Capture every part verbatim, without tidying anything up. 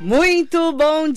Muito bom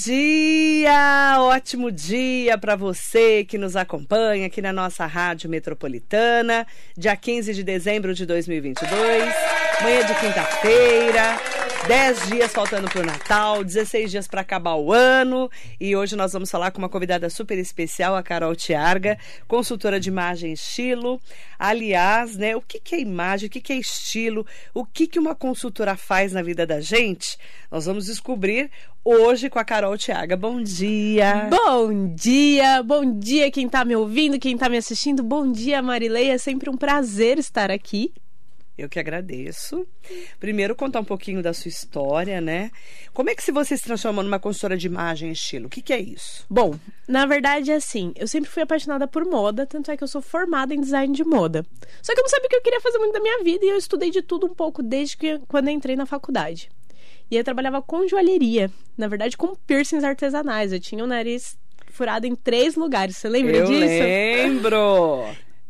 dia, ótimo dia para você que nos acompanha aqui na nossa Rádio Metropolitana, dia quinze de dezembro de dois mil e vinte e dois, manhã de quinta-feira, dez dias faltando para o Natal, dezesseis dias para acabar o ano, e hoje nós vamos falar com uma convidada super especial, a Carol Tiarga, consultora de imagem e estilo. Aliás, né, o que que é imagem, o que que é estilo, o que que uma consultora faz na vida da gente? Nós vamos descobrir hoje com a Carol Tiarga. Bom dia! Bom dia! Bom dia quem tá me ouvindo, quem tá me assistindo. Bom dia, Marileia. É sempre um prazer estar aqui. Eu que agradeço. Primeiro, contar um pouquinho da sua história, né? Como é que se você se transformou numa consultora de imagem e estilo? O que que é isso? Bom, na verdade é assim, eu sempre fui apaixonada por moda, tanto é que eu sou formada em design de moda. Só que eu não sabia o que eu queria fazer muito da minha vida e eu estudei de tudo um pouco desde que, quando eu entrei na faculdade. E eu trabalhava com joalheria, na verdade com piercings artesanais. Eu tinha o nariz furado em três lugares, você lembra eu disso? Eu lembro!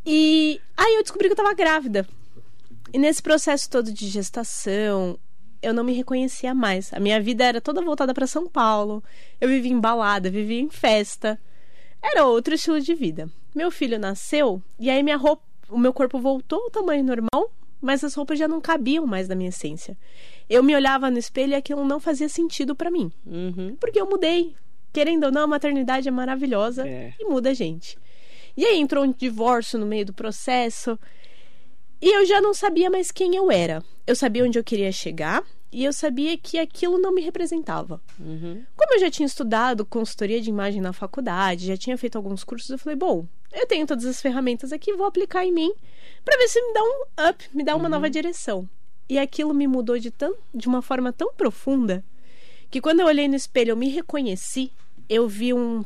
E aí eu descobri que eu tava grávida. E nesse processo todo de gestação, eu não me reconhecia mais. A minha vida era toda voltada para São Paulo. Eu vivia em balada, vivia em festa. Era outro estilo de vida. Meu filho nasceu e aí minha roupa, o meu corpo voltou ao tamanho normal, mas as roupas já não cabiam mais na minha essência. Eu me olhava no espelho e aquilo não fazia sentido para mim. Uhum. Porque eu mudei. Querendo ou não, a maternidade é maravilhosa é. e muda a gente. E aí entrou um divórcio no meio do processo. E eu já não sabia mais quem eu era. Eu sabia onde eu queria chegar e eu sabia que aquilo não me representava. Uhum. Como eu já tinha estudado consultoria de imagem na faculdade, já tinha feito alguns cursos, eu falei, bom, eu tenho todas as ferramentas aqui, vou aplicar em mim para ver se me dá um up, me dá uma uhum. nova direção. E aquilo me mudou de, tão, de uma forma tão profunda que quando eu olhei no espelho, eu me reconheci, eu vi um,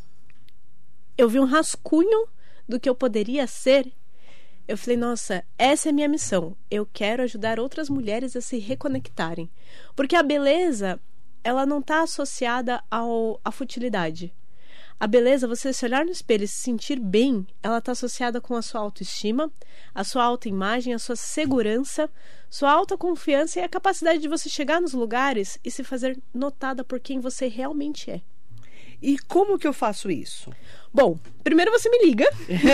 eu vi um rascunho do que eu poderia ser. Eu falei, nossa, essa é a minha missão. Eu quero ajudar outras mulheres a se reconectarem. Porque a beleza, ela não está associada ao, à futilidade. A beleza, você se olhar no espelho e se sentir bem, ela está associada com a sua autoestima, a sua autoimagem, a sua segurança, sua autoconfiança e a capacidade de você chegar nos lugares e se fazer notada por quem você realmente é. E como que eu faço isso? Bom, primeiro você me liga.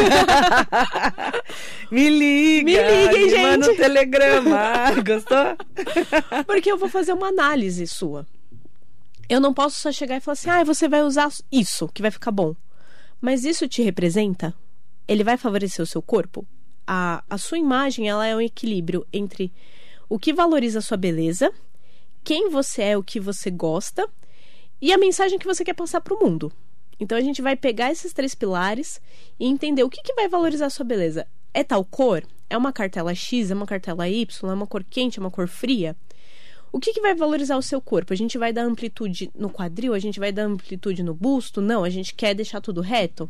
me liga. Me liguem, gente. Manda um telegrama. Gostou? Porque eu vou fazer uma análise sua. Eu não posso só chegar e falar assim, ah, você vai usar isso, que vai ficar bom. Mas isso te representa? Ele vai favorecer o seu corpo? A, a sua imagem, ela é um equilíbrio entre o que valoriza a sua beleza, quem você é, o que você gosta e a mensagem que você quer passar para o mundo. Então a gente vai pegar esses três pilares e entender o que, que vai valorizar a sua beleza. É tal cor? É uma cartela X? É uma cartela Y? É uma cor quente? É uma cor fria? O que, que vai valorizar o seu corpo? A gente vai dar amplitude no quadril? A gente vai dar amplitude no busto? Não, a gente quer deixar tudo reto?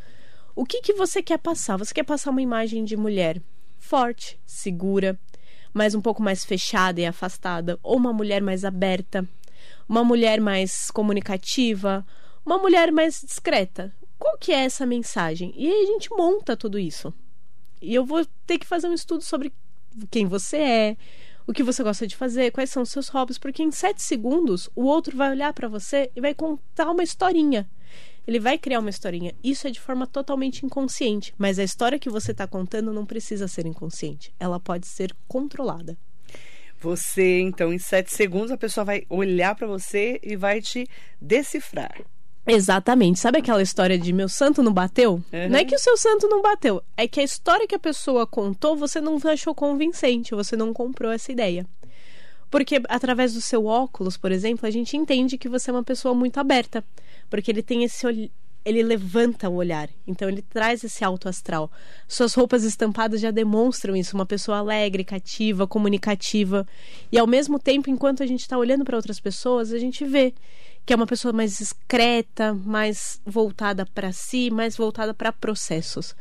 O que, que você quer passar? Você quer passar uma imagem de mulher forte, segura, mas um pouco mais fechada e afastada? Ou uma mulher mais aberta? Uma mulher mais comunicativa, uma mulher mais discreta. Qual que é essa mensagem? E aí a gente monta tudo isso. E eu vou ter que fazer um estudo sobre quem você é, o que você gosta de fazer, quais são os seus hobbies, porque em sete segundos o outro vai olhar para você e vai contar uma historinha. Ele vai criar uma historinha. Isso é de forma totalmente inconsciente, mas a história que você está contando não precisa ser inconsciente. Ela pode ser controlada. Você, então, em sete segundos, a pessoa vai olhar para você e vai te decifrar. Exatamente. Sabe aquela história de meu santo não bateu? Uhum. Não é que o seu santo não bateu. É que a história que a pessoa contou, você não achou convincente. Você não comprou essa ideia. Porque através do seu óculos, por exemplo, a gente entende que você é uma pessoa muito aberta. Porque ele tem esse olh... ele levanta o olhar. Então ele traz esse alto astral. Suas roupas estampadas já demonstram isso. Uma pessoa alegre, cativa, comunicativa. E ao mesmo tempo, enquanto a gente está olhando para outras pessoas, a gente vê que é uma pessoa mais discreta, mais voltada para si, mais voltada para processos.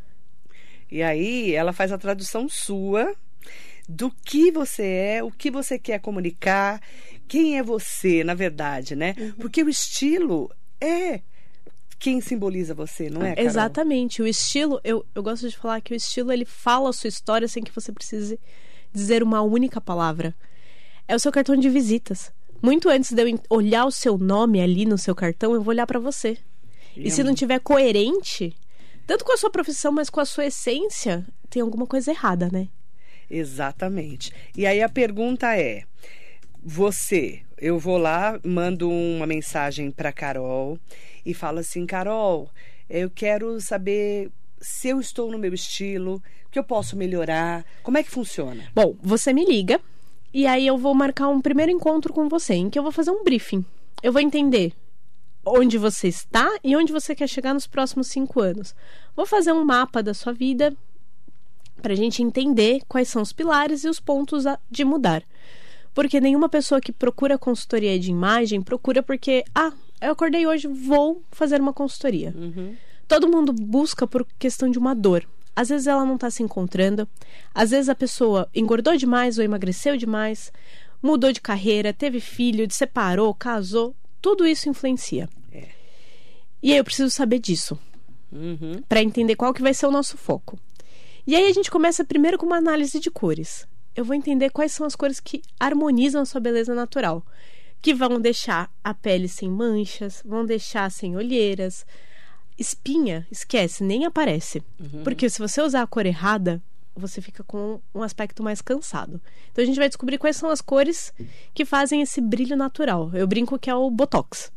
E aí ela faz a tradução sua do que você é, o que você quer comunicar, quem é você, na verdade, né? Uhum. Porque o estilo é quem simboliza você, não é, Carol? Exatamente. O estilo, eu, eu gosto de falar que o estilo, ele fala a sua história sem que você precise dizer uma única palavra. É o seu cartão de visitas. Muito antes de eu olhar o seu nome ali no seu cartão, eu vou olhar pra você. E, e se não tiver coerente, tanto com a sua profissão, mas com a sua essência, tem alguma coisa errada, né? Exatamente. E aí a pergunta é, você, eu vou lá, mando uma mensagem pra Carol e falo assim, Carol, eu quero saber se eu estou no meu estilo, o que eu posso melhorar, como é que funciona? Bom, você me liga e aí eu vou marcar um primeiro encontro com você, em que eu vou fazer um briefing. Eu vou entender onde você está e onde você quer chegar nos próximos cinco anos. Vou fazer um mapa da sua vida para a gente entender quais são os pilares e os pontos a, de mudar. Porque nenhuma pessoa que procura consultoria de imagem procura porque, ah, eu acordei hoje, vou fazer uma consultoria. Uhum. Todo mundo busca por questão de uma dor. Às vezes ela não está se encontrando, às vezes a pessoa engordou demais ou emagreceu demais, mudou de carreira, teve filho, se separou, casou, tudo isso influencia. É. E aí eu preciso saber disso, uhum. para entender qual que vai ser o nosso foco. E aí a gente começa primeiro com uma análise de cores. Eu vou entender quais são as cores que harmonizam a sua beleza natural, que vão deixar a pele sem manchas, vão deixar sem olheiras. Espinha, esquece, nem aparece. Uhum. Porque se você usar a cor errada, você fica com um aspecto mais cansado. Então a gente vai descobrir quais são as cores que fazem esse brilho natural. Eu brinco que é o Botox.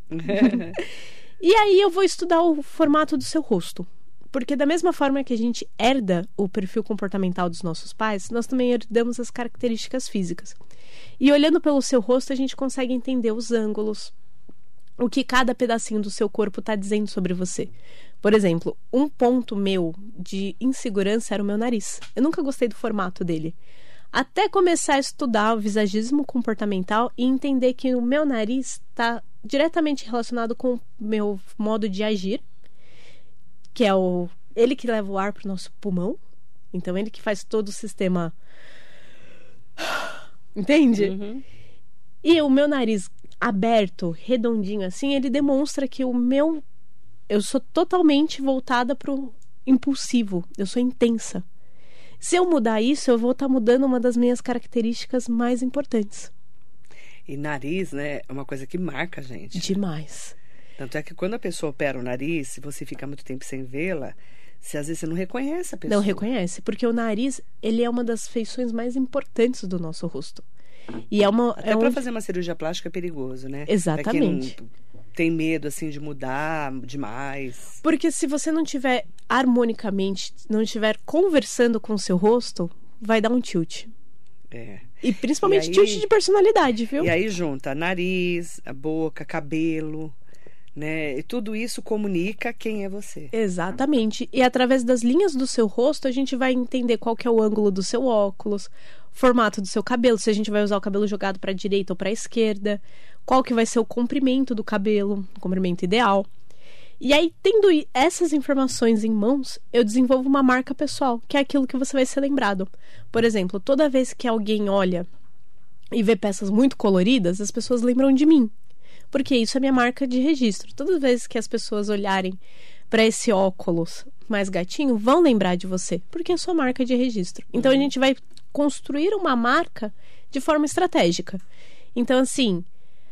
E aí eu vou estudar o formato do seu rosto. Porque da mesma forma que a gente herda o perfil comportamental dos nossos pais, nós também herdamos as características físicas. E olhando pelo seu rosto, a gente consegue entender os ângulos, o que cada pedacinho do seu corpo está dizendo sobre você. Por exemplo, um ponto meu de insegurança era o meu nariz. Eu nunca gostei do formato dele. Até começar a estudar o visagismo comportamental e entender que o meu nariz está diretamente relacionado com o meu modo de agir, que é o ele que leva o ar para o nosso pulmão. Então, ele que faz todo o sistema... Entende? Uhum. E o meu nariz aberto, redondinho assim, ele demonstra que o meu... Eu sou totalmente voltada pro impulsivo. Eu sou intensa. Se eu mudar isso, eu vou estar tá mudando uma das minhas características mais importantes. E nariz, né, é uma coisa que marca a gente. Demais. Tanto é que quando a pessoa opera o nariz, se você fica muito tempo sem vê-la, se às vezes você não reconhece a pessoa. Não reconhece, porque o nariz, ele é uma das feições mais importantes do nosso rosto. E é uma... Até é para um... fazer uma cirurgia plástica é perigoso, né? Exatamente. É quem não tem medo, assim, de mudar demais. Porque se você não tiver harmonicamente, não estiver conversando com o seu rosto, vai dar um tilt. É. E principalmente e aí, tilt de personalidade, viu? E aí junta nariz, a boca, cabelo, né? E tudo isso comunica quem é você. Exatamente. E através das linhas do seu rosto, a gente vai entender qual que é o ângulo do seu óculos, formato do seu cabelo, se a gente vai usar o cabelo jogado para a direita ou para a esquerda, qual que vai ser o comprimento do cabelo, o comprimento ideal. E aí, tendo essas informações em mãos, eu desenvolvo uma marca pessoal, que é aquilo que você vai ser lembrado. Por exemplo, toda vez que alguém olha e vê peças muito coloridas, as pessoas lembram de mim. Porque isso é minha marca de registro. Todas as vezes que as pessoas olharem para esse óculos mais gatinho, vão lembrar de você, porque é sua marca de registro. Então, a gente vai construir uma marca de forma estratégica. Então, assim,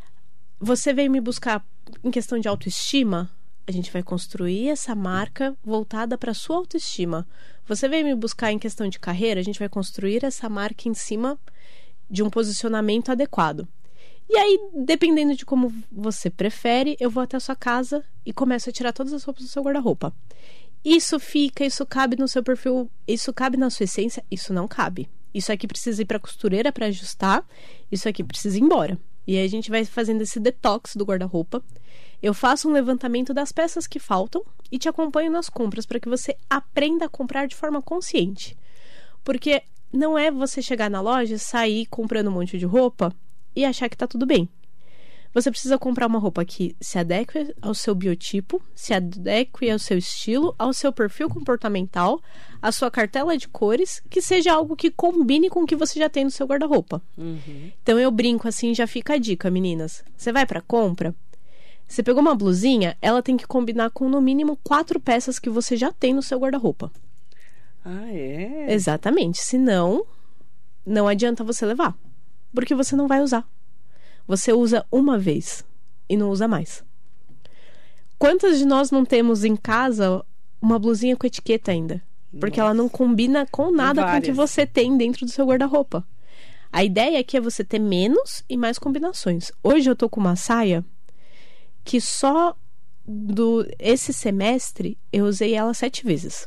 você veio me buscar em questão de autoestima, a gente vai construir essa marca voltada para a sua autoestima. Você veio me buscar em questão de carreira, a gente vai construir essa marca em cima de um posicionamento adequado. E aí, dependendo de como você prefere, eu vou até a sua casa e começo a tirar todas as roupas do seu guarda-roupa. Isso fica, isso cabe no seu perfil, isso cabe na sua essência, isso não cabe. Isso aqui precisa ir para a costureira para ajustar, isso aqui precisa ir embora. E aí a gente vai fazendo esse detox do guarda-roupa. Eu faço um levantamento das peças que faltam e te acompanho nas compras para que você aprenda a comprar de forma consciente. Porque não é você chegar na loja, sair comprando um monte de roupa e achar que tá tudo bem. Você precisa comprar uma roupa que se adeque ao seu biotipo, se adeque ao seu estilo, ao seu perfil comportamental, à sua cartela de cores, que seja algo que combine com o que você já tem no seu guarda-roupa. Uhum. Então eu brinco assim, já fica a dica, meninas. Você vai pra compra, você pegou uma blusinha, ela tem que combinar com no mínimo quatro peças que você já tem no seu guarda-roupa. Ah, é? Exatamente. Senão, não adianta você levar. Porque você não vai usar. Você usa uma vez e não usa mais. Quantas de nós não temos em casa uma blusinha com etiqueta ainda? Porque Nossa. Ela não combina com nada com o que você tem dentro do seu guarda-roupa. A ideia aqui é você ter menos e mais combinações. Hoje eu tô com uma saia que só do esse semestre eu usei ela sete vezes.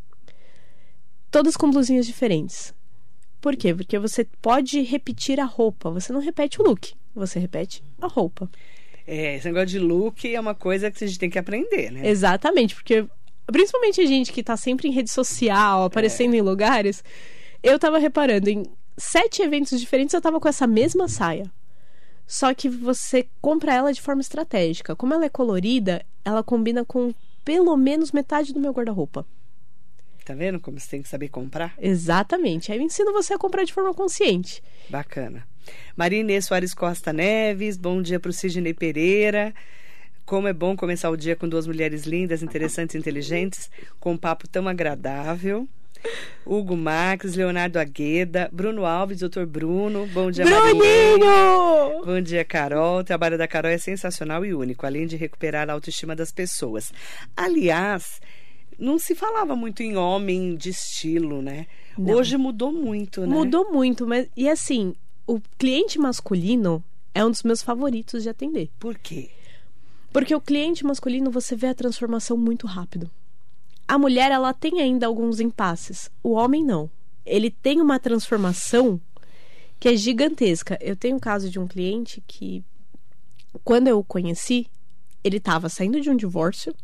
Todas com blusinhas diferentes. Por quê? Porque você pode repetir a roupa. Você não repete o look, você repete a roupa. É, esse negócio de look é uma coisa que a gente tem que aprender, né? Exatamente, porque principalmente a gente que tá sempre em rede social, aparecendo é. em lugares, eu tava reparando, em sete eventos diferentes eu tava com essa mesma saia. Só que você compra ela de forma estratégica. Como ela é colorida, ela combina com pelo menos metade do meu guarda-roupa. Tá vendo como você tem que saber comprar? Exatamente. Aí eu ensino você a comprar de forma consciente. Bacana. Maria Inês Soares Costa Neves, bom dia para o Sidney Pereira. Como é bom começar o dia com duas mulheres lindas, interessantes e inteligentes, com um papo tão agradável. Hugo Marques, Leonardo Agueda, Bruno Alves, doutor Bruno. Bom dia, Maria. Bom dia, Carol. O trabalho da Carol é sensacional e único, além de recuperar a autoestima das pessoas. Aliás, não se falava muito em homem de estilo, né? Não. Hoje mudou muito, né? Mudou muito, mas... E assim, o cliente masculino é um dos meus favoritos de atender. Por quê? Porque o cliente masculino, você vê a transformação muito rápido. A mulher, ela tem ainda alguns impasses. O homem, não. Ele tem uma transformação que é gigantesca. Eu tenho um caso de um cliente que, quando eu o conheci, ele estava saindo de um divórcio,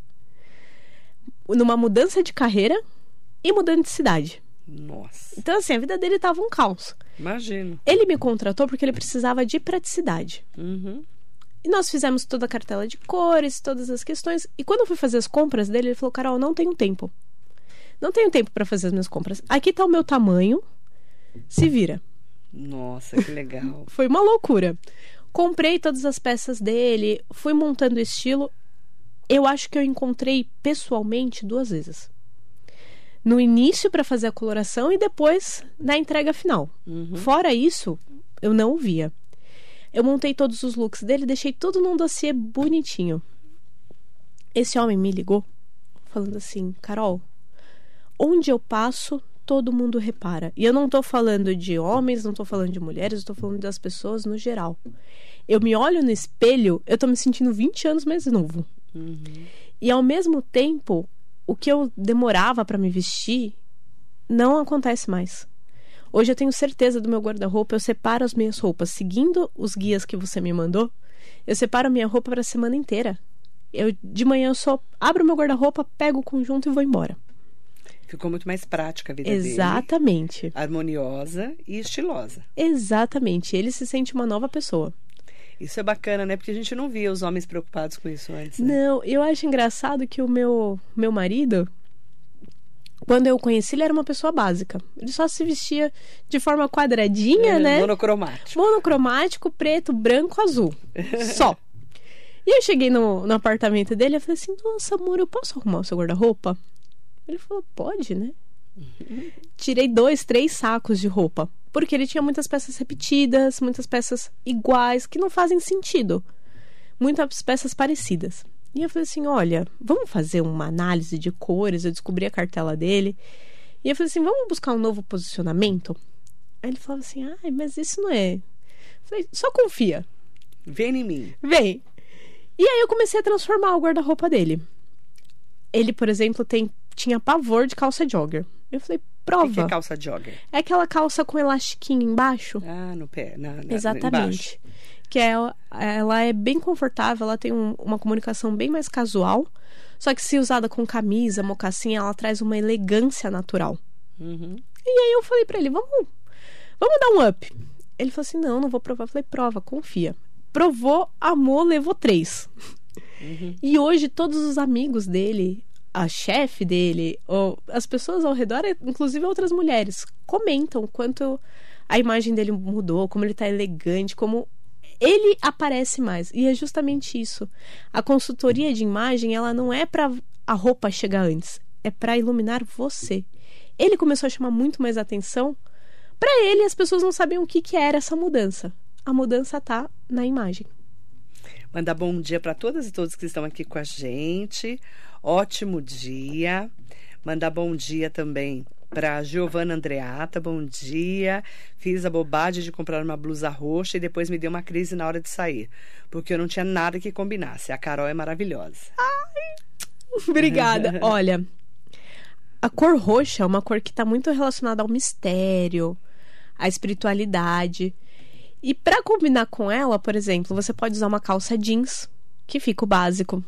numa mudança de carreira e mudando de cidade. Nossa. Então, assim, a vida dele estava um caos. Imagino. Ele me contratou porque ele precisava de praticidade. Uhum. E nós fizemos toda a cartela de cores, todas as questões. E quando eu fui fazer as compras dele, ele falou: Carol, não tenho tempo. Não tenho tempo para fazer as minhas compras. Aqui tá o meu tamanho. Se vira. Nossa, que legal. Foi uma loucura. Comprei todas as peças dele, fui montando o estilo. Eu acho que eu encontrei pessoalmente duas vezes. No início para fazer a coloração e depois na entrega final. Uhum. Fora isso, eu não o via. Eu montei todos os looks dele, deixei tudo num dossiê bonitinho. Esse homem me ligou falando assim: Carol, onde eu passo, todo mundo repara. E eu não tô falando de homens, não tô falando de mulheres, eu tô falando das pessoas no geral. Eu me olho no espelho, eu tô me sentindo vinte anos mais novo. Uhum. E ao mesmo tempo, o que eu demorava pra me vestir não acontece mais. Hoje eu tenho certeza do meu guarda-roupa, eu separo as minhas roupas seguindo os guias que você me mandou. Eu separo a minha roupa para a semana inteira. Eu, de manhã eu só abro meu guarda-roupa, pego o conjunto e vou embora. Ficou muito mais prática a vida Exatamente. dele. Harmoniosa e estilosa. Exatamente. Ele se sente uma nova pessoa. Isso é bacana, né? Porque a gente não via os homens preocupados com isso antes, né? Não, eu acho engraçado que o meu, meu marido... Quando eu o conheci, ele era uma pessoa básica. Ele só se vestia de forma quadradinha, é, né? Monocromático. Monocromático, preto, branco, azul. Só. E eu cheguei no, no apartamento dele e falei assim: nossa, amor, eu posso arrumar o seu guarda-roupa? Ele falou: pode, né? Uhum. Tirei dois, três sacos de roupa. Porque ele tinha muitas peças repetidas, muitas peças iguais, que não fazem sentido. Muitas peças parecidas. E eu falei assim: olha, vamos fazer uma análise de cores. Eu descobri a cartela dele. E eu falei assim: vamos buscar um novo posicionamento? Aí ele falava assim: ai, mas isso não é... Eu falei: só confia. Vem em mim. Vem. E aí eu comecei a transformar o guarda-roupa dele. Ele, por exemplo, tem, tinha pavor de calça jogger. Eu falei: prova. O que é calça jogger? É aquela calça com elastiquinho embaixo. Ah, no pé. Na, na, Exatamente. Embaixo. Que é, ela é bem confortável, ela tem um, uma comunicação bem mais casual, só que se usada com camisa, mocassim, ela traz uma elegância natural. Uhum. E aí eu falei pra ele: vamos, vamos dar um up. Ele falou assim: não, não vou provar. Eu falei: prova, confia. Provou, amou, levou três. Uhum. E hoje todos os amigos dele, a chefe dele, ou as pessoas ao redor, inclusive outras mulheres, comentam quanto a imagem dele mudou, como ele tá elegante, como ele aparece mais. E é justamente isso. A consultoria de imagem, ela não é para a roupa chegar antes, é para iluminar você. Ele começou a chamar muito mais atenção. Para ele, as pessoas não sabiam o que, que era essa mudança. a mudança tá na imagem. Mandar bom dia para todas e todos que estão aqui com a gente. Ótimo dia. Mandar bom dia também para Giovana Andreata. Bom dia. Fiz a bobagem de comprar uma blusa roxa e depois me deu uma crise na hora de sair, porque eu não tinha nada que combinasse. A Carol é maravilhosa. Ai, obrigada. Olha, a cor roxa é uma cor que está muito relacionada ao mistério, à espiritualidade. E para combinar com ela, por exemplo, você pode usar uma calça jeans, que fica o básico.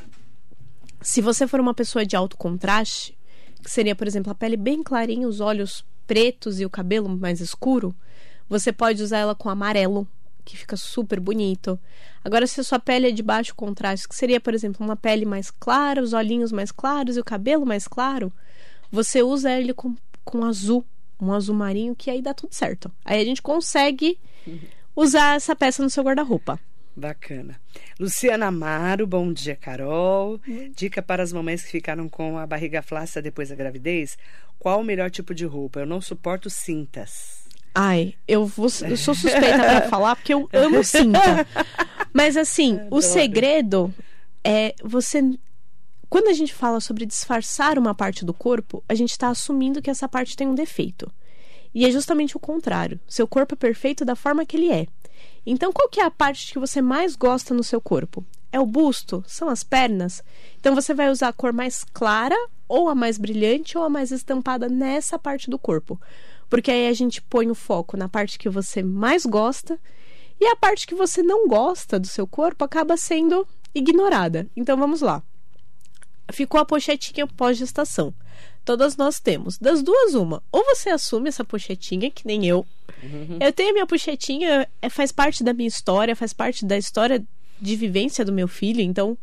Se você for uma pessoa de alto contraste, que seria, por exemplo, a pele bem clarinha, os olhos pretos e o cabelo mais escuro, você pode usar ela com amarelo, que fica super bonito. Agora, se a sua pele é de baixo contraste, que seria, por exemplo, uma pele mais clara, os olhinhos mais claros e o cabelo mais claro, você usa ele com, com azul, um azul marinho, que aí dá tudo certo. Aí a gente consegue usar essa peça no seu guarda-roupa. Bacana. Luciana Amaro, bom dia, Carol. Dica para as mamães que ficaram com a barriga flácida depois da gravidez. Qual o melhor tipo de roupa? Eu não suporto cintas. Ai, eu, vou, eu sou suspeita para falar porque eu amo cinta. Mas assim, Adoro. O segredo é você... Quando a gente fala sobre disfarçar uma parte do corpo, a gente está assumindo que essa parte tem um defeito. E é justamente o contrário. Seu corpo é perfeito da forma que ele é. Então, qual que é a parte que você mais gosta no seu corpo? É o busto? São as pernas? Então, você vai usar a cor mais clara, ou a mais brilhante, ou a mais estampada nessa parte do corpo. Porque aí a gente põe o foco na parte que você mais gosta, e a parte que você não gosta do seu corpo acaba sendo ignorada. Então, vamos lá. Ficou a pochetinha pós-gestação. Todas nós temos. Das duas, uma. Ou você assume essa pochetinha, que nem eu. Uhum. Eu tenho a minha pochetinha, é, faz parte da minha história, faz parte da história de vivência do meu filho. Então,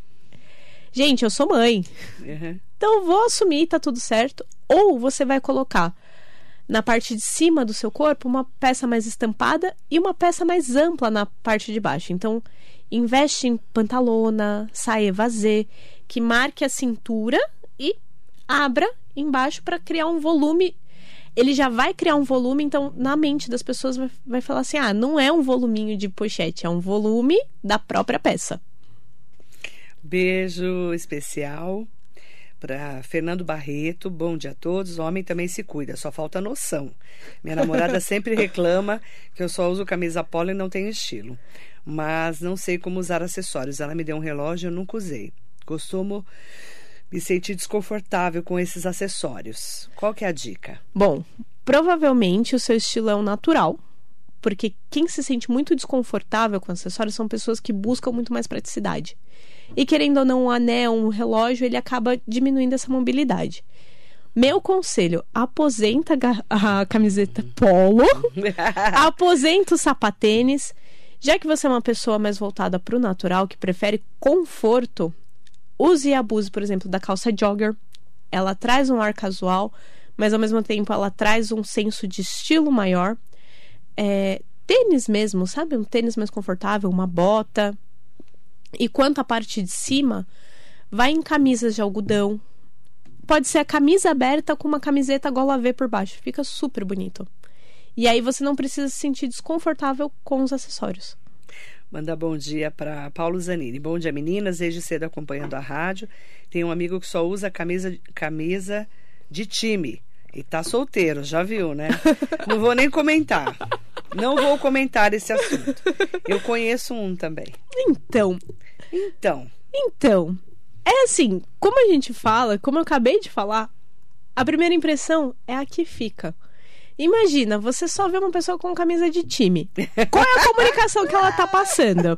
gente, eu sou mãe. Uhum. Então, eu vou assumir, tá tudo certo. Ou você vai colocar na parte de cima do seu corpo uma peça mais estampada e uma peça mais ampla na parte de baixo. Então, investe em pantalona, saia vazê, que marque a cintura e abra embaixo para criar um volume. Ele já vai criar um volume, então na mente das pessoas vai, vai falar assim, ah, não é um voluminho de pochete, é um volume da própria peça. Beijo especial para Fernando Barreto. Bom dia a todos. O homem também se cuida, só falta noção. Minha namorada sempre reclama que eu só uso camisa polo e não tenho estilo, mas não sei como usar acessórios. Ela me deu um relógio e eu nunca usei. Costumo me sentir desconfortável com esses acessórios. Qual que é a dica? Bom, provavelmente o seu estilo é um natural, porque quem se sente muito desconfortável com acessórios são pessoas que buscam muito mais praticidade. E querendo ou não, um anel, um relógio, ele acaba diminuindo essa mobilidade. Meu conselho, aposenta a camiseta polo, aposenta o sapatênis. Já que você é uma pessoa mais voltada para o natural, que prefere conforto, use e abuse, por exemplo, da calça jogger. Ela traz um ar casual, mas ao mesmo tempo ela traz um senso de estilo maior. É, tênis mesmo, sabe? Um tênis mais confortável, uma bota. E quanto à parte de cima, vai em camisas de algodão. Pode ser a camisa aberta com uma camiseta gola V por baixo. Fica super bonito. E aí você não precisa se sentir desconfortável com os acessórios. Manda bom dia para Paulo Zanini. Bom dia, meninas. Desde cedo acompanhando a rádio. Tem um amigo que só usa camisa, camisa de time. E tá solteiro, já viu, né? Não vou nem comentar. Não vou comentar esse assunto. Eu conheço um também. Então. Então. Então. É assim, como a gente fala, como eu acabei de falar, a primeira impressão é a que fica. Imagina, você só vê uma pessoa com camisa de time. Qual é a comunicação que ela tá passando?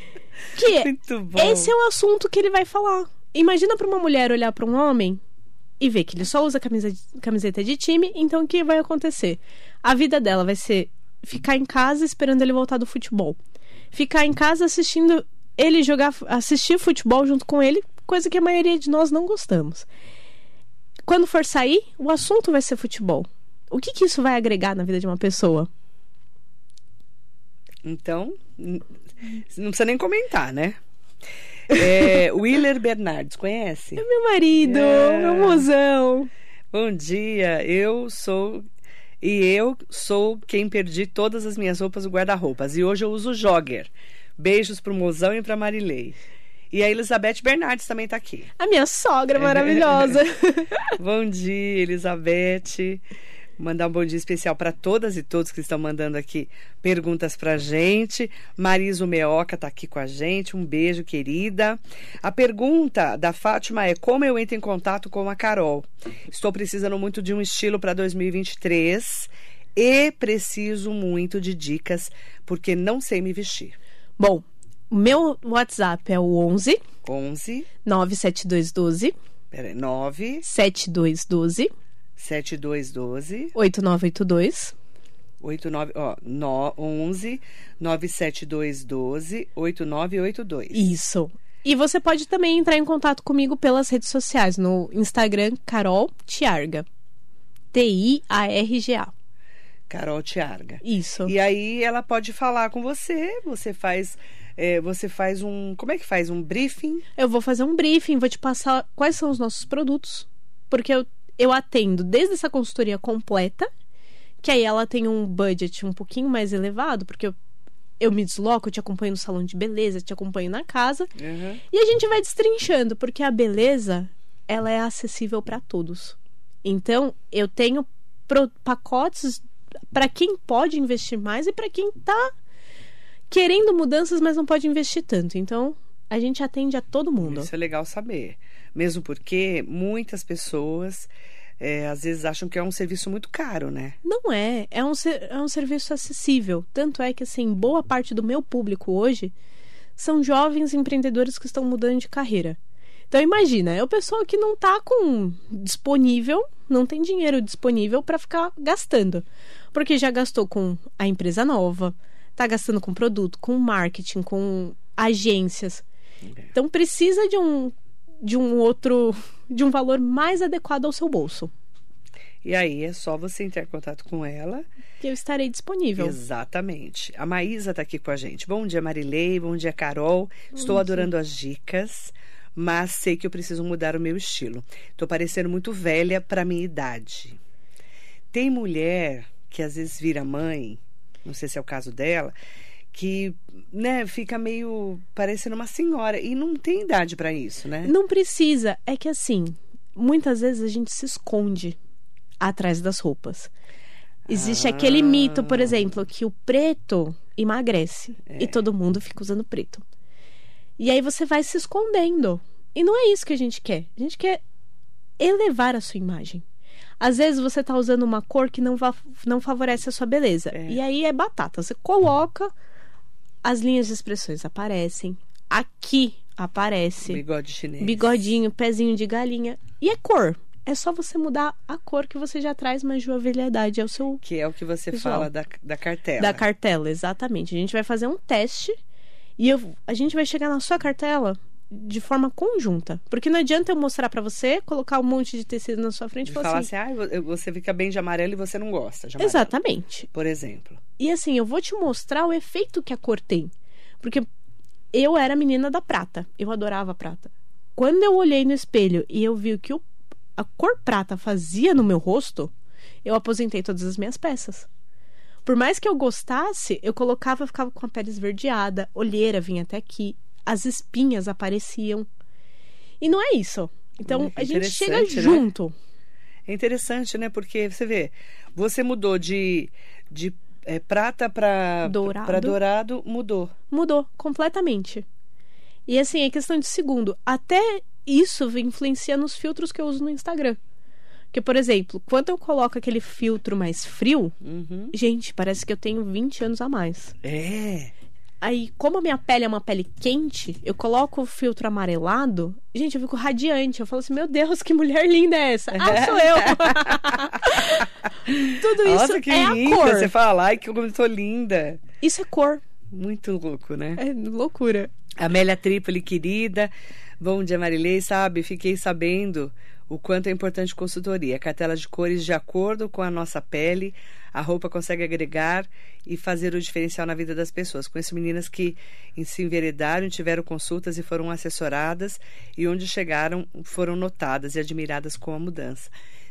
Que Muito bom. Esse é o assunto que ele vai falar. Imagina para uma mulher olhar para um homem e ver que ele só usa camisa de, camiseta de time, então o que vai acontecer? A vida dela vai ser ficar em casa esperando ele voltar do futebol. Ficar em casa assistindo ele jogar, assistir futebol junto com ele, coisa que a maioria de nós não gostamos. Quando for sair, o assunto vai ser futebol. O que, que isso vai agregar na vida de uma pessoa? Então, não precisa nem comentar, né? É, Willer Bernardes, conhece? É meu marido, é. Meu mozão. Bom dia, eu sou E eu sou quem perdi todas as minhas roupas no guarda-roupas. E hoje eu uso jogger. Beijos pro Mozão e pra Marilei. E a Elizabeth Bernardes também está aqui. A minha sogra maravilhosa. Bom dia, Elizabeth. Mandar um bom dia especial para todas e todos que estão mandando aqui perguntas para a gente. Mariso Meoca está aqui com a gente. Um beijo, querida. A pergunta da Fátima é: como eu entro em contato com a Carol? Estou precisando muito de um estilo para dois mil e vinte e três e preciso muito de dicas porque não sei me vestir. Bom, o meu WhatsApp é o onze onze nove sete dois um dois Peraí, nove sete dois um dois sete dois um dois oito nove oito dois oito nove, ó, no, onze nove sete dois um dois oito nove oito dois. Isso. E você pode também entrar em contato comigo pelas redes sociais, no Instagram Carol Tiarga. T I A R G A. Carol Tiarga. Isso. E aí ela pode falar com você, você faz... É, você faz um... Como é que faz? Um briefing? Eu vou fazer um briefing, vou te passar quais são os nossos produtos. Porque eu, eu atendo desde essa consultoria completa, que aí ela tem um budget um pouquinho mais elevado, porque eu, eu me desloco, eu te acompanho no salão de beleza, te acompanho na casa. Uhum. E a gente vai destrinchando, porque a beleza, ela é acessível para todos. Então, eu tenho pro, pacotes para quem pode investir mais e para quem tá querendo mudanças, mas não pode investir tanto. Então, a gente atende a todo mundo. Isso é legal saber. Mesmo porque muitas pessoas, é, às vezes, acham que é um serviço muito caro, né? Não é. É um, é um serviço acessível. Tanto é que, assim, boa parte do meu público hoje são jovens empreendedores que estão mudando de carreira. Então, imagina, é o pessoal que não está com disponível, não tem dinheiro disponível para ficar gastando. Porque já gastou com a empresa nova, tá gastando com produto, com marketing, com agências. Então precisa de um, de um outro, de um valor mais adequado ao seu bolso. E aí é só você entrar em contato com ela. Que eu estarei disponível. Exatamente. A Maísa tá aqui com a gente. Bom dia, Marilei. Bom dia, Carol. Bom Estou dia. adorando as dicas, mas sei que eu preciso mudar o meu estilo. Tô parecendo muito velha para minha idade. Tem mulher que às vezes vira mãe, não sei se é o caso dela, que, né, fica meio parecendo uma senhora e não tem idade para isso, né? Não precisa. É que assim, muitas vezes a gente se esconde atrás das roupas. Existe ah. aquele mito, por exemplo, que o preto emagrece é. e todo mundo fica usando preto. E aí você vai se escondendo. E não é isso que a gente quer. A gente quer elevar a sua imagem. Às vezes você tá usando uma cor que não, va- não favorece a sua beleza. É. E aí é batata. Você coloca, as linhas de expressões aparecem. Aqui aparece. Bigode chinês. Bigodinho, pezinho de galinha. E é cor. É só você mudar a cor que você já traz mais jovialidade ao seu Que é o que você visual. fala da, da cartela. Da cartela, exatamente. A gente vai fazer um teste e eu, a gente vai chegar na sua cartela de forma conjunta. Porque não adianta eu mostrar pra você, colocar um monte de tecido na sua frente e falar assim... assim, ah, você fica bem de amarelo e você não gosta de amarelo. Exatamente. Por exemplo. E assim, eu vou te mostrar o efeito que a cor tem. Porque eu era menina da prata. Eu adorava prata. Quando eu olhei no espelho e eu vi o que o, a cor prata fazia no meu rosto, eu aposentei todas as minhas peças. Por mais que eu gostasse, eu colocava, ficava com a pele esverdeada, olheira vinha até aqui, as espinhas apareciam. E não é isso. Então, é a gente chega, né, junto. É interessante, né? Porque, você vê, você mudou de, de é, prata para dourado. dourado, mudou. Mudou, completamente. E assim, é questão de segundo. Até isso influencia nos filtros que eu uso no Instagram. Porque, por exemplo, quando eu coloco aquele filtro mais frio, uhum. gente, parece que eu tenho vinte anos a mais. É. Aí, como a minha pele é uma pele quente, eu coloco o filtro amarelado, gente, eu fico radiante. Eu falo assim, meu Deus, que mulher linda é essa? Ah, sou eu! Tudo isso Nossa, que é linda. A cor. Você fala, ai, que eu tô linda. Isso é cor. Muito louco, né? É loucura. Amélia Tripoli, querida. Bom dia, Marilei. Sabe, fiquei sabendo o quanto é importante consultoria. Cartela de cores de acordo com a nossa pele. A roupa consegue agregar e fazer o diferencial na vida das pessoas. Conheço meninas que se enveredaram, tiveram consultas e foram assessoradas. E onde chegaram, foram notadas e admiradas com a mudança.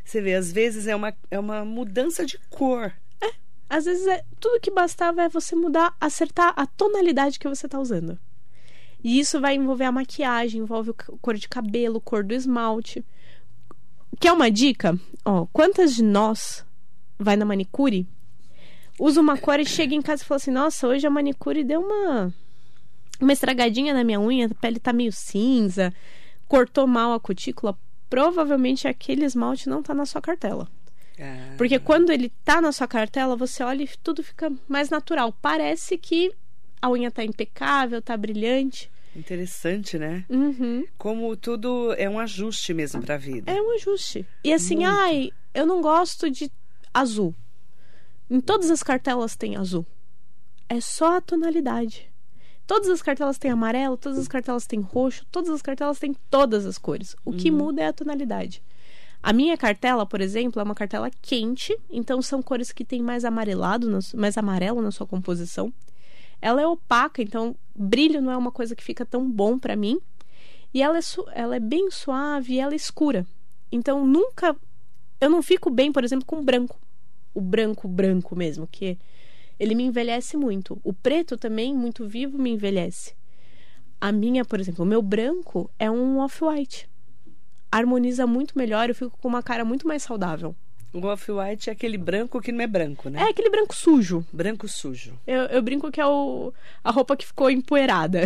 Você vê, às vezes é uma, é uma mudança de cor. É, às vezes é, tudo que bastava é você mudar, acertar a tonalidade que você tá usando. E isso vai envolver a maquiagem, envolve a cor de cabelo, cor do esmalte. Quer uma dica? Ó, quantas de nós vai na manicure, usa uma cor e chega em casa e fala assim, nossa, hoje a manicure deu uma, uma estragadinha na minha unha, a pele tá meio cinza, cortou mal a cutícula. Provavelmente aquele esmalte não tá na sua cartela. Ah. Porque quando ele tá na sua cartela, você olha e tudo fica mais natural. Parece que a unha tá impecável, tá brilhante. Interessante, né? Uhum. Como tudo é um ajuste mesmo pra vida. É um ajuste. E assim, muito. Ai, eu não gosto de azul. Em todas as cartelas tem azul. É só a tonalidade. Todas as cartelas têm amarelo, todas as cartelas têm roxo, todas as cartelas têm todas as cores. O que uhum. muda é a tonalidade. A minha cartela, por exemplo, é uma cartela quente, então são cores que têm mais amarelado, mais amarelo na sua composição. Ela é opaca, então brilho não é uma coisa que fica tão bom pra mim. E ela é, ela é bem suave e ela é escura. Então nunca... Eu não fico bem, por exemplo, com branco. O branco, branco mesmo, que ele me envelhece muito. O preto também, muito vivo, me envelhece. A minha, por exemplo, o meu branco é um off-white. Harmoniza muito melhor, eu fico com uma cara muito mais saudável. O off-white é aquele branco que não é branco, né? É aquele branco sujo. Branco sujo. Eu, eu brinco que é o, a roupa que ficou empoeirada.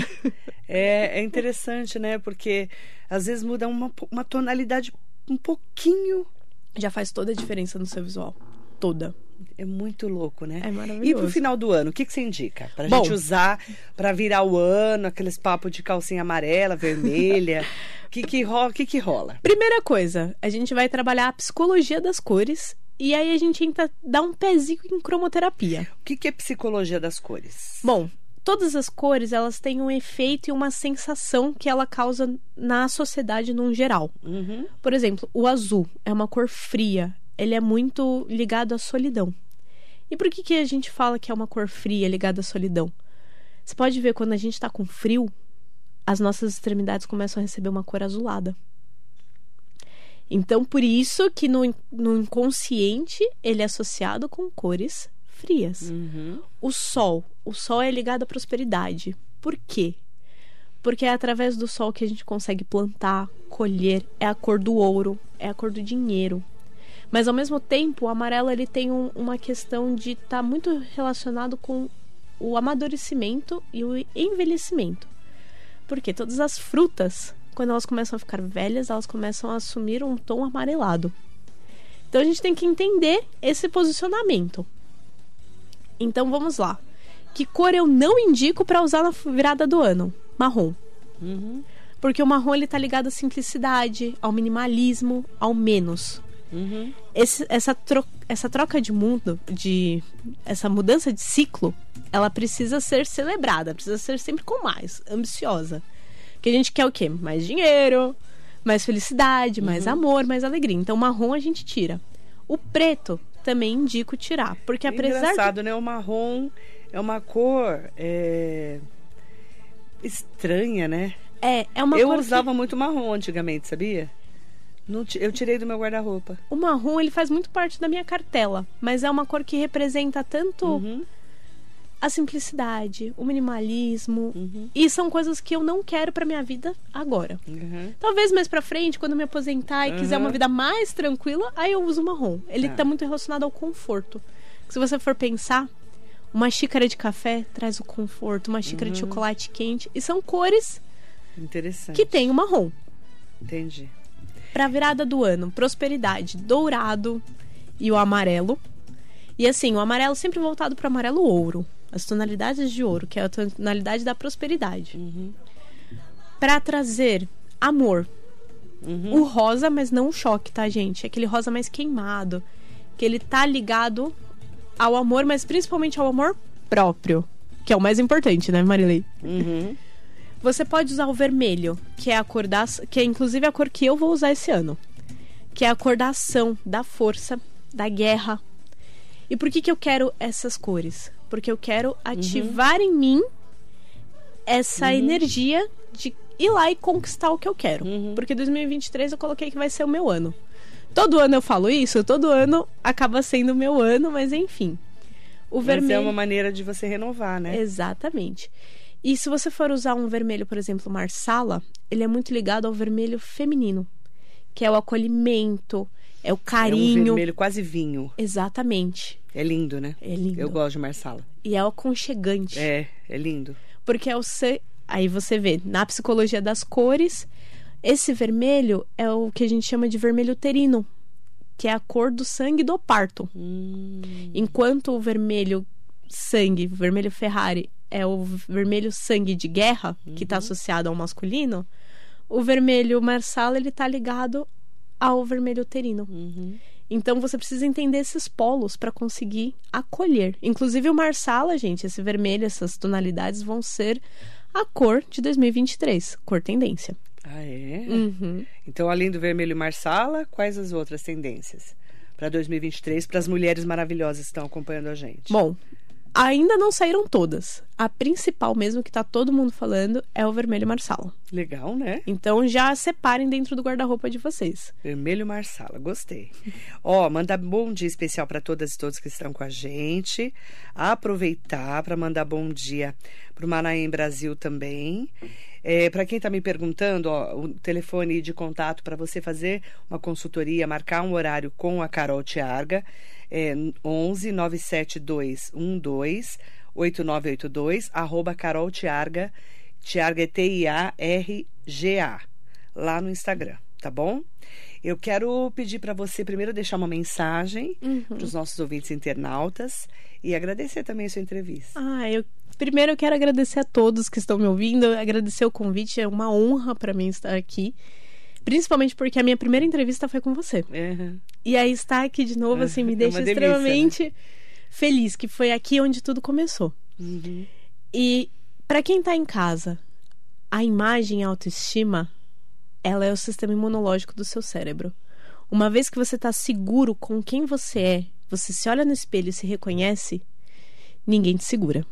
É, é interessante, né? Porque às vezes muda uma, uma tonalidade um pouquinho. Já faz toda a diferença no seu visual. Toda. É muito louco, né? É maravilhoso. E pro final do ano, o que, que você indica? Pra Bom, gente usar pra virar o ano, aqueles papos de calcinha amarela, vermelha. O que que rola, que que rola? Primeira coisa, a gente vai trabalhar a psicologia das cores. E aí a gente tenta dar um pezinho em cromoterapia. O que que é psicologia das cores? Bom, todas as cores, elas têm um efeito e uma sensação que ela causa na sociedade num geral. Uhum. Por exemplo, o azul é uma cor fria. Ele é muito ligado à solidão. E por que que a gente fala que é uma cor fria ligada à solidão? Você pode ver, quando a gente está com frio, as nossas extremidades começam a receber uma cor azulada. Então, por isso que no, no inconsciente, ele é associado com cores frias. Uhum. O sol. O sol é ligado à prosperidade. Por quê? Porque é através do sol que a gente consegue plantar, colher. É a cor do ouro, é a cor do dinheiro. Mas, ao mesmo tempo, o amarelo ele tem um, uma questão de estar tá muito relacionado com o amadurecimento e o envelhecimento. Porque todas as frutas, quando elas começam a ficar velhas, elas começam a assumir um tom amarelado. Então, a gente tem que entender esse posicionamento. Então, vamos lá. Que cor eu não indico para usar na virada do ano? Marrom. Uhum. Porque o marrom está ligado à simplicidade, ao minimalismo, ao menos. Uhum. Esse, essa, tro, essa troca de mundo, de, essa mudança de ciclo, ela precisa ser celebrada, precisa ser sempre com mais, ambiciosa. Que a gente quer o quê? Mais dinheiro, mais felicidade, mais uhum. amor, mais alegria. Então, marrom a gente tira. O preto também indico tirar, porque é apesar engraçado, de... né? O marrom é uma cor é... estranha, né? É, é uma Eu cor usava que... muito marrom antigamente, sabia? Eu tirei do meu guarda-roupa. O marrom, ele faz muito parte da minha cartela. Mas é uma cor que representa tanto uhum. a simplicidade, o minimalismo. Uhum. E são coisas que eu não quero pra minha vida agora. Uhum. Talvez mais pra frente, quando eu me aposentar e uhum. quiser uma vida mais tranquila, aí eu uso o marrom. Ele tá. tá muito relacionado ao conforto. Se você for pensar, uma xícara de café traz o conforto, uma xícara uhum. de chocolate quente. E são cores Interessante. que tem o marrom. Entendi. Pra virada do ano, prosperidade, dourado e o amarelo. E assim, o amarelo sempre voltado pro amarelo ouro. As tonalidades de ouro, que é a tonalidade da prosperidade. Uhum. Pra trazer amor. Uhum. O rosa, mas não o choque, tá, gente? Aquele rosa mais queimado. Que ele tá ligado ao amor, mas principalmente ao amor próprio. Que é o mais importante, né, Marilei? Uhum. Você pode usar o vermelho, que é a cor da, que é inclusive a cor que eu vou usar esse ano. Que é a cor da ação, da força, da guerra. E por que que eu quero essas cores? Porque eu quero ativar uhum. em mim essa uhum. energia de ir lá e conquistar o que eu quero. Uhum. Porque dois mil e vinte e três eu coloquei que vai ser o meu ano. Todo ano eu falo isso, todo ano acaba sendo o meu ano, mas enfim. O Mas vermelho... é uma maneira de você renovar, né? Exatamente. E se você for usar um vermelho, por exemplo, marsala, ele é muito ligado ao vermelho feminino, que é o acolhimento, é o carinho. É um vermelho quase vinho. Exatamente. É lindo, né? É lindo. Eu gosto de marsala. E é o aconchegante. É, é lindo. Porque é o... Se... Aí você vê, na psicologia das cores, esse vermelho é o que a gente chama de vermelho uterino, que é a cor do sangue do parto. Hum. Enquanto o vermelho sangue, o vermelho Ferrari, é o vermelho sangue de guerra, uhum. que está associado ao masculino, o vermelho marsala, ele está ligado ao vermelho uterino. Uhum. Então, você precisa entender esses polos para conseguir acolher. Inclusive, o marsala, gente, esse vermelho, essas tonalidades vão ser a cor de dois mil e vinte e três, cor tendência. Ah, é? Uhum. Então, além do vermelho marsala, quais as outras tendências para dois mil e vinte e três, para as mulheres maravilhosas que estão acompanhando a gente? Bom, ainda não saíram todas. A principal mesmo, que tá todo mundo falando, é o vermelho marsala. Legal, né? Então já separem dentro do guarda-roupa de vocês. Vermelho marsala, gostei. Ó, mandar bom dia especial para todas e todos que estão com a gente. Aproveitar para mandar bom dia para o Manaém Brasil também. É, para quem está me perguntando, ó, o telefone de contato para você fazer uma consultoria, marcar um horário com a Carol Tiarga, é onze nove sete dois um dois oito nove oito dois, arroba Carol Tiarga, Tiarga é T I A R G A, lá no Instagram, tá bom? Eu quero pedir para você primeiro deixar uma mensagem uhum. para os nossos ouvintes internautas e agradecer também a sua entrevista. Ah, eu primeiro eu quero agradecer a todos que estão me ouvindo, agradecer o convite, é uma honra para mim estar aqui. Principalmente porque a minha primeira entrevista foi com você. Uhum. E aí estar aqui de novo, assim, me é deixa delícia, extremamente né? feliz, que foi aqui onde tudo começou. Uhum. E para quem tá em casa, a imagem e a autoestima, ela é o sistema imunológico do seu cérebro. Uma vez que você tá seguro com quem você é, você se olha no espelho e se reconhece, ninguém te segura.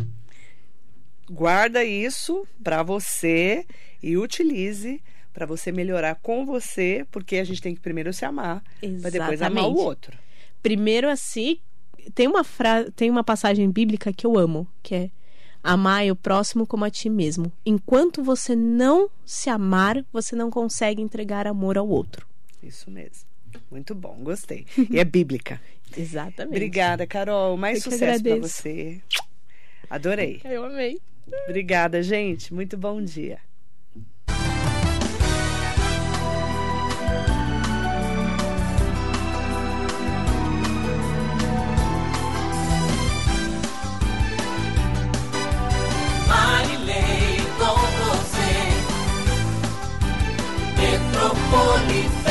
Guarda isso para você e utilize para você melhorar com você, porque a gente tem que primeiro se amar, para depois amar o outro. Primeiro assim, tem uma fra... tem uma passagem bíblica que eu amo, que é: amai o próximo como a ti mesmo. Enquanto você não se amar, você não consegue entregar amor ao outro. Isso mesmo. Muito bom, gostei. E é bíblica. Exatamente. Obrigada, Carol. Mais eu sucesso para você. Adorei. Eu amei. Obrigada, gente. Muito bom dia. Metropolitana.